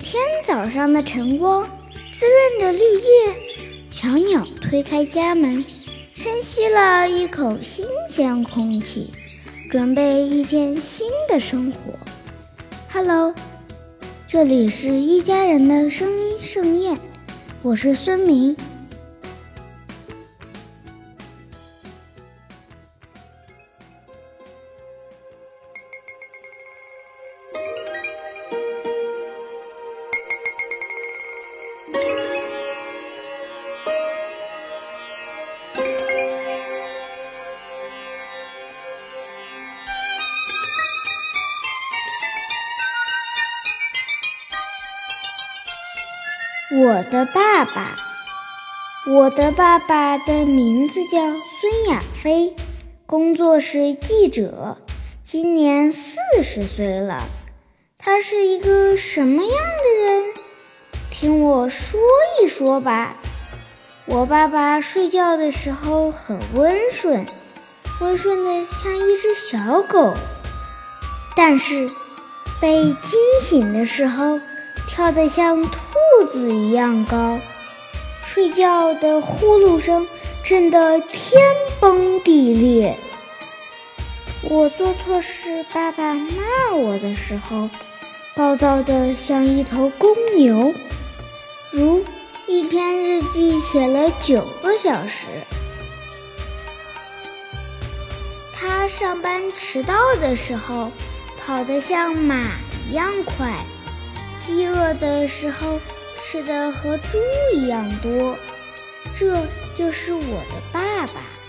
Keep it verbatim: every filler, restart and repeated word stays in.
天早上的晨光，滋润的绿叶，小鸟推开家门，深吸了一口新鲜空气，准备一天新的生活。Hello， 这里是一家人的声音盛宴，我是孙明。我的爸爸，我的爸爸的名字叫孙亚飞，工作是记者，今年四十岁了。他是一个什么样的人？听我说一说吧。我爸爸睡觉的时候很温顺，温顺的像一只小狗，但是被惊醒的时候跳得像兔子一样高，睡觉的呼噜声震得天崩地裂。我做错事，爸爸骂我的时候，暴躁得像一头公牛，如一篇日记写了九个小时。他上班迟到的时候，跑得像马一样快，饥饿的时候吃得和猪一样多。这就是我的爸爸。